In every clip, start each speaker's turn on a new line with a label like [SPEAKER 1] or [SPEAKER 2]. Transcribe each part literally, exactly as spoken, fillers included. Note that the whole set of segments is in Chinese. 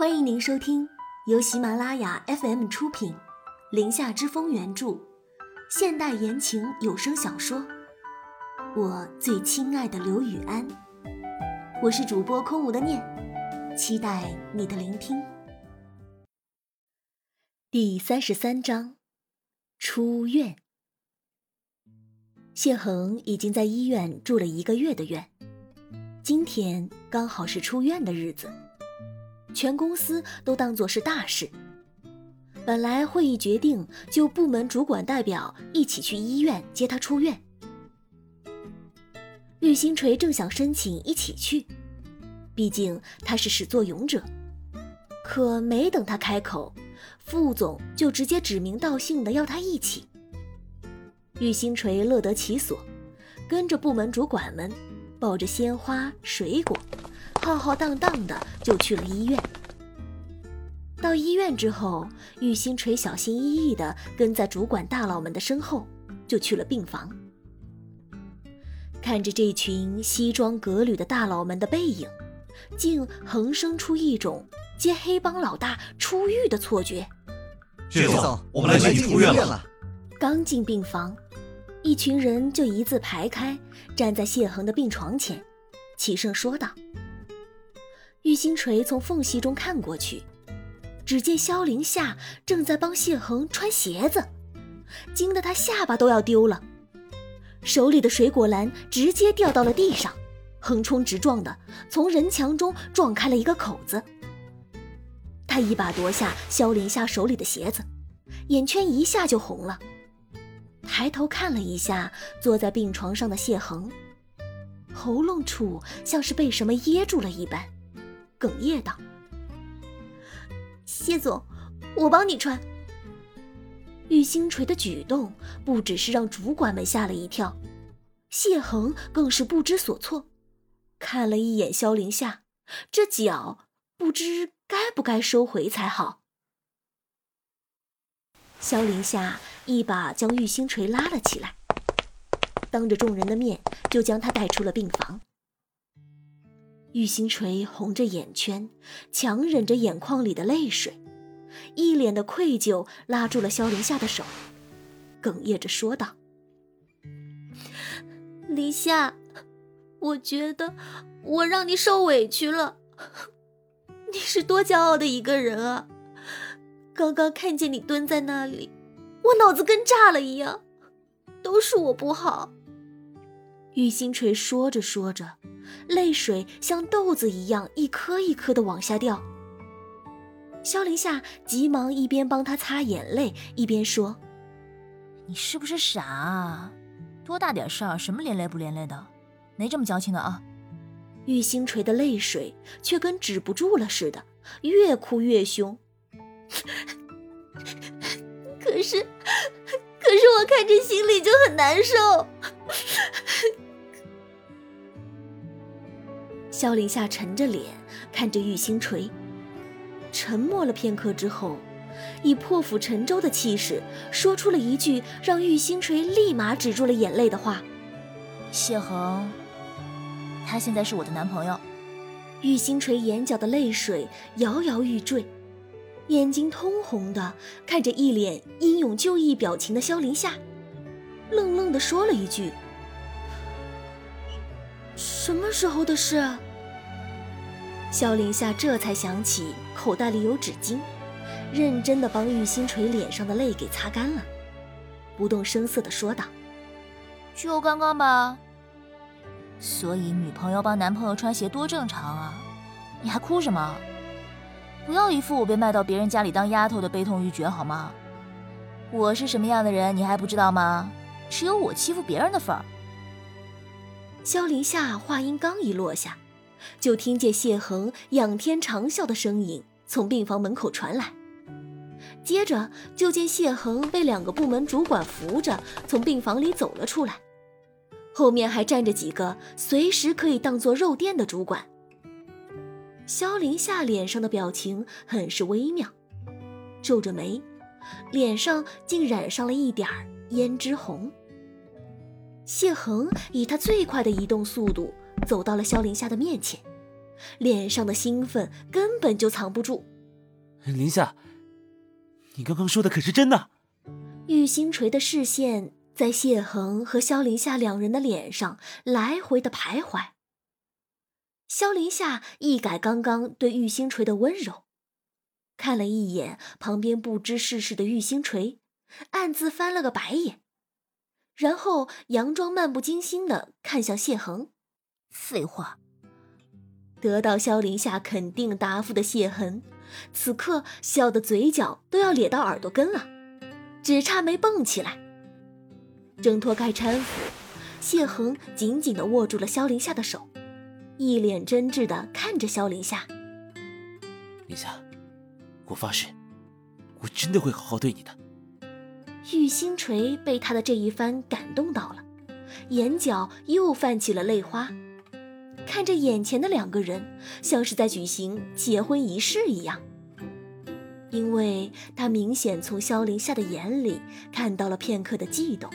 [SPEAKER 1] 欢迎您收听由喜马拉雅 F M 出品，林下之风原著，现代言情有声小说《我最亲爱的刘雨安》，我是主播空无的念，期待你的聆听。第三十三章，出院。谢恒已经在医院住了一个月的院，今天刚好是出院的日子。全公司都当作是大事。本来会议决定就部门主管代表一起去医院接他出院。玉星锤正想申请一起去，毕竟他是始作俑者，可没等他开口，副总就直接指名道姓的要他一起。玉星锤乐得其所，跟着部门主管们抱着鲜花水果，浩浩荡荡的就去了医院。到医院之后，玉星锤小心翼翼地跟在主管大佬们的身后，就去了病房。看着这群西装革履的大佬们的背影，竟横生出一种接黑帮老大出狱的错觉。
[SPEAKER 2] 谢总，我们来接你出院了。
[SPEAKER 1] 刚进病房，一群人就一字排开，站在谢恒的病床前，齐声说道。玉星锤从缝隙中看过去，只见萧凌夏正在帮谢恒穿鞋子，惊得他下巴都要丢了，手里的水果篮直接掉到了地上，横冲直撞的从人墙中撞开了一个口子。他一把夺下萧凌夏手里的鞋子，眼圈一下就红了，抬头看了一下坐在病床上的谢恒，喉咙处像是被什么噎住了一般，哽咽道：谢总，我帮你穿。玉星锤的举动不只是让主管们吓了一跳，谢恒更是不知所措，看了一眼萧凌夏，这脚不知该不该收回才好。萧凌夏一把将玉星锤拉了起来，当着众人的面就将他带出了病房。玉星锤红着眼圈，强忍着眼眶里的泪水，一脸的愧疚拉住了萧凌夏的手，哽咽着说道：凌夏，我觉得我让你受委屈了，你是多骄傲的一个人啊，刚刚看见你蹲在那里，我脑子跟炸了一样，都是我不好。玉星锤说着说着，泪水像豆子一样一颗一颗的往下掉。萧凌夏急忙一边帮他擦眼泪，一边说：
[SPEAKER 3] 你是不是傻啊？多大点事儿，什么连累不连累的，没这么矫情的啊。
[SPEAKER 1] 玉星锤的泪水却跟止不住了似的，越哭越凶。可是可是我看着心里就很难受。萧凌夏沉着脸看着玉星锤，沉默了片刻之后，以破釜沉舟的气势说出了一句让玉星锤立马止住了眼泪的话：
[SPEAKER 3] 谢恒，他现在是我的男朋友。
[SPEAKER 1] 玉星锤眼角的泪水摇摇欲坠，眼睛通红的看着一脸英勇就义表情的萧凌夏，愣愣地说了一句：什么时候的事啊？萧凌夏这才想起口袋里有纸巾，认真地帮玉星锤脸上的泪给擦干了，不动声色地说道：
[SPEAKER 3] 就刚刚吧。所以女朋友帮男朋友穿鞋多正常啊，你还哭什么？不要一副我被卖到别人家里当丫头的悲痛欲绝好吗？我是什么样的人你还不知道吗？只有我欺负别人的份儿。
[SPEAKER 1] 萧凌夏话音刚一落下，就听见谢恒仰天长啸的声音从病房门口传来，接着就见谢恒被两个部门主管扶着从病房里走了出来，后面还站着几个随时可以当作肉垫的主管。萧凌夏脸上的表情很是微妙，皱着眉，脸上竟染上了一点胭脂红。谢恒以他最快的移动速度走到了萧凌夏的面前，脸上的兴奋根本就藏不住，
[SPEAKER 4] 林夏，你刚刚说的可是真的？
[SPEAKER 1] 玉星锤的视线在谢恒和萧林夏两人的脸上来回的徘徊。萧林夏一改刚刚对玉星锤的温柔，看了一眼旁边不知世事的玉星锤，暗自翻了个白眼，然后佯装漫不经心地看向谢恒。
[SPEAKER 3] 废话。
[SPEAKER 1] 得到萧林夏肯定答复的谢恒，此刻笑得嘴角都要咧到耳朵根了，只差没蹦起来。挣脱开搀扶，谢恒紧紧地握住了萧林夏的手，一脸真挚地看着萧林夏。
[SPEAKER 4] 林夏，我发誓，我真的会好好对你的。
[SPEAKER 1] 玉星锤被他的这一番感动到了，眼角又泛起了泪花，看着眼前的两个人，像是在举行结婚仪式一样。因为他明显从萧林夏的眼里看到了片刻的悸动。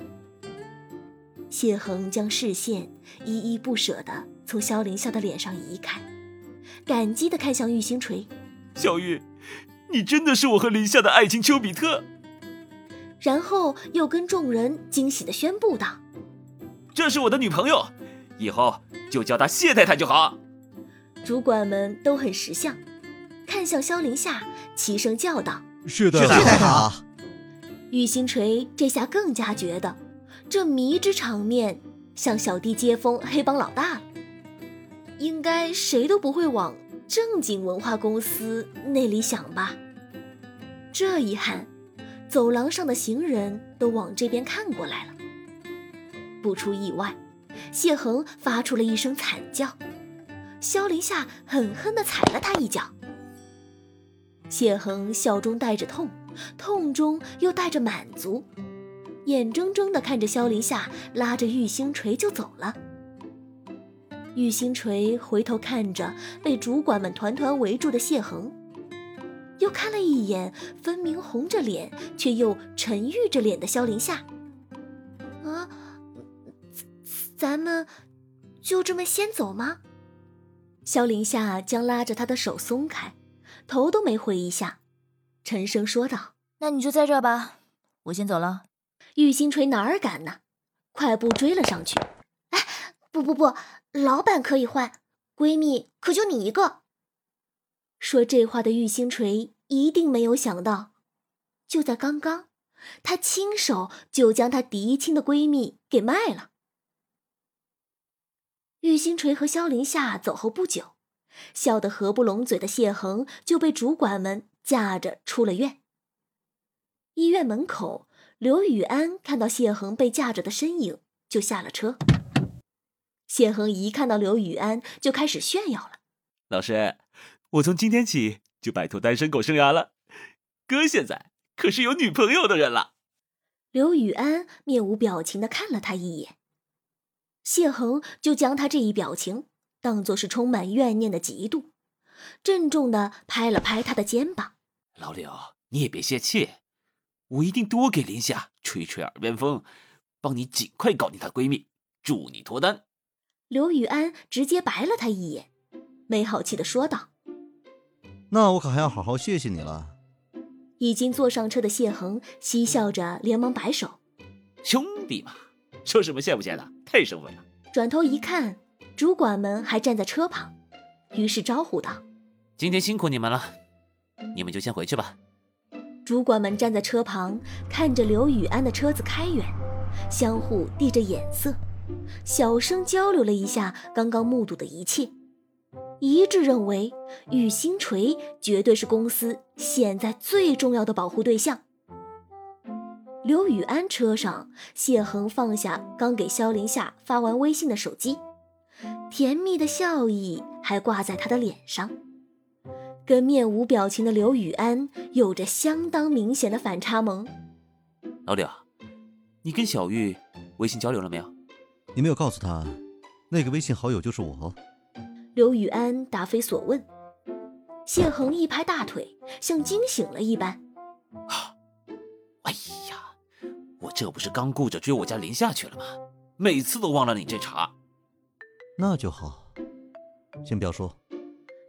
[SPEAKER 1] 谢恒将视线依依不舍地从萧林夏的脸上移开，感激地看向玉星锤。
[SPEAKER 4] 小玉，你真的是我和林夏的爱情丘比特。
[SPEAKER 1] 然后又跟众人惊喜地宣布道：
[SPEAKER 4] 这是我的女朋友，以后就叫她谢太太就好。
[SPEAKER 1] 主管们都很识相，看向萧林夏，齐声叫道：
[SPEAKER 2] 谢太太好。
[SPEAKER 1] 玉星锤这下更加觉得这迷之场面像小弟接风黑帮老大了，应该谁都不会往正经文化公司那里想吧。这一喊，走廊上的行人都往这边看过来了。不出意外，谢恒发出了一声惨叫，萧林夏狠狠地踩了他一脚。谢恒笑中带着痛，痛中又带着满足，眼睁睁地看着萧林夏拉着玉星锤就走了。玉星锤回头看着被主管们团团围住的谢恒，又看了一眼分明红着脸却又沉郁着脸的萧林夏。啊，咱们就这么先走吗？萧林夏将拉着他的手松开，头都没回一下，沉声说道：
[SPEAKER 3] 那你就在这儿吧，我先走了。
[SPEAKER 1] 玉星锤哪儿敢呢，快步追了上去。哎，不不不，老板可以换，闺蜜可就你一个。说这话的玉星锤一定没有想到，就在刚刚，她亲手就将她嫡亲的闺蜜给卖了。玉星锤和萧林夏走后不久，笑得合不拢嘴的谢恒就被主管们架着出了院。医院门口，刘雨安看到谢恒被架着的身影，就下了车。谢恒一看到刘雨安，就开始炫耀了：
[SPEAKER 4] 老师，我从今天起就摆脱单身狗生涯了，哥现在可是有女朋友的人了。
[SPEAKER 1] 刘雨安面无表情地看了他一眼，谢恒就将他这一表情当作是充满怨念的嫉妒，郑重地拍了拍他的肩膀：
[SPEAKER 4] 老刘，你也别泄气，我一定多给林夏吹吹耳边风，帮你尽快搞定她闺蜜，祝你脱单。
[SPEAKER 1] 刘雨安直接白了他一眼，没好气地说道：
[SPEAKER 2] 那我可还要好好谢谢你了。
[SPEAKER 1] 已经坐上车的谢恒嬉笑着连忙摆手：
[SPEAKER 4] 兄弟嘛，说什么谢不谢的，太生分了。
[SPEAKER 1] 转头一看，主管们还站在车旁，于是招呼道：
[SPEAKER 4] 今天辛苦你们了，你们就先回去吧。
[SPEAKER 1] 主管们站在车旁，看着刘雨安的车子开远，相互递着眼色，小声交流了一下刚刚目睹的一切，一致认为玉星锤绝对是公司现在最重要的保护对象。刘雨安车上，谢恒放下刚给萧林夏发完微信的手机，甜蜜的笑意还挂在他的脸上，跟面无表情的刘雨安有着相当明显的反差萌。
[SPEAKER 4] 老刘，你跟小玉微信交流了没有？
[SPEAKER 2] 你没有告诉他，那个微信好友就是我。
[SPEAKER 1] 刘雨安答非所问。谢恒一拍大腿，像惊醒了一般：
[SPEAKER 4] 啊，哎呀，我这不是刚顾着追我家林夏去了吗？每次都忘了你这茬。
[SPEAKER 2] 那就好，先不要说。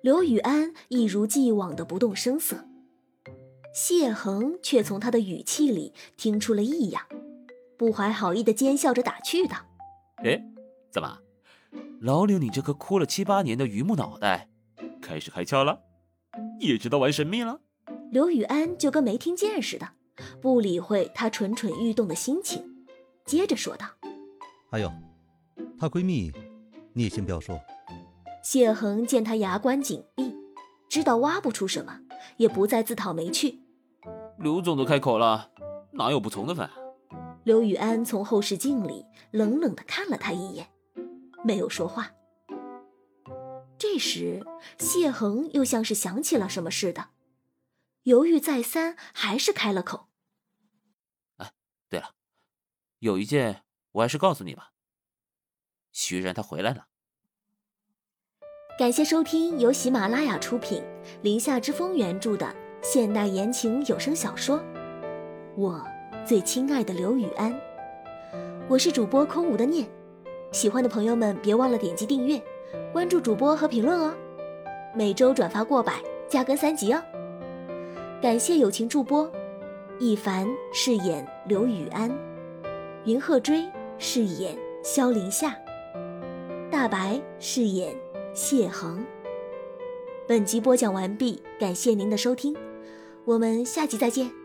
[SPEAKER 1] 刘雨安一如既往的不动声色，谢恒却从他的语气里听出了异样，不怀好意的奸笑着打趣道：
[SPEAKER 4] 哎，怎么，老柳你这颗哭了七八年的榆木脑袋开始开窍了，也知道玩神秘了？
[SPEAKER 1] 刘雨安就跟没听见似的，不理会她蠢蠢欲动的心情，接着说道：
[SPEAKER 2] 还有，她闺蜜你也先不要说。
[SPEAKER 1] 谢恒见她牙关紧闭，知道挖不出什么，也不再自讨没趣。
[SPEAKER 4] 刘总都开口了，哪有不从的份？
[SPEAKER 1] 刘雨安从后视镜里冷冷地看了他一眼，没有说话。这时谢恒又像是想起了什么似的，犹豫再三，还是开了口：
[SPEAKER 4] 哎，对了，有一件我还是告诉你吧，徐然他回来了。
[SPEAKER 1] 感谢收听由喜马拉雅出品，林下之风原著的现代言情有声小说《我最亲爱的刘雨安》，我是主播空无的念。喜欢的朋友们别忘了点击订阅，关注主播和评论哦。每周转发过百，加更三集哦。感谢友情助播，一凡饰演刘雨安，云鹤追饰演萧林夏，大白饰演谢恒。本集播讲完毕，感谢您的收听，我们下集再见。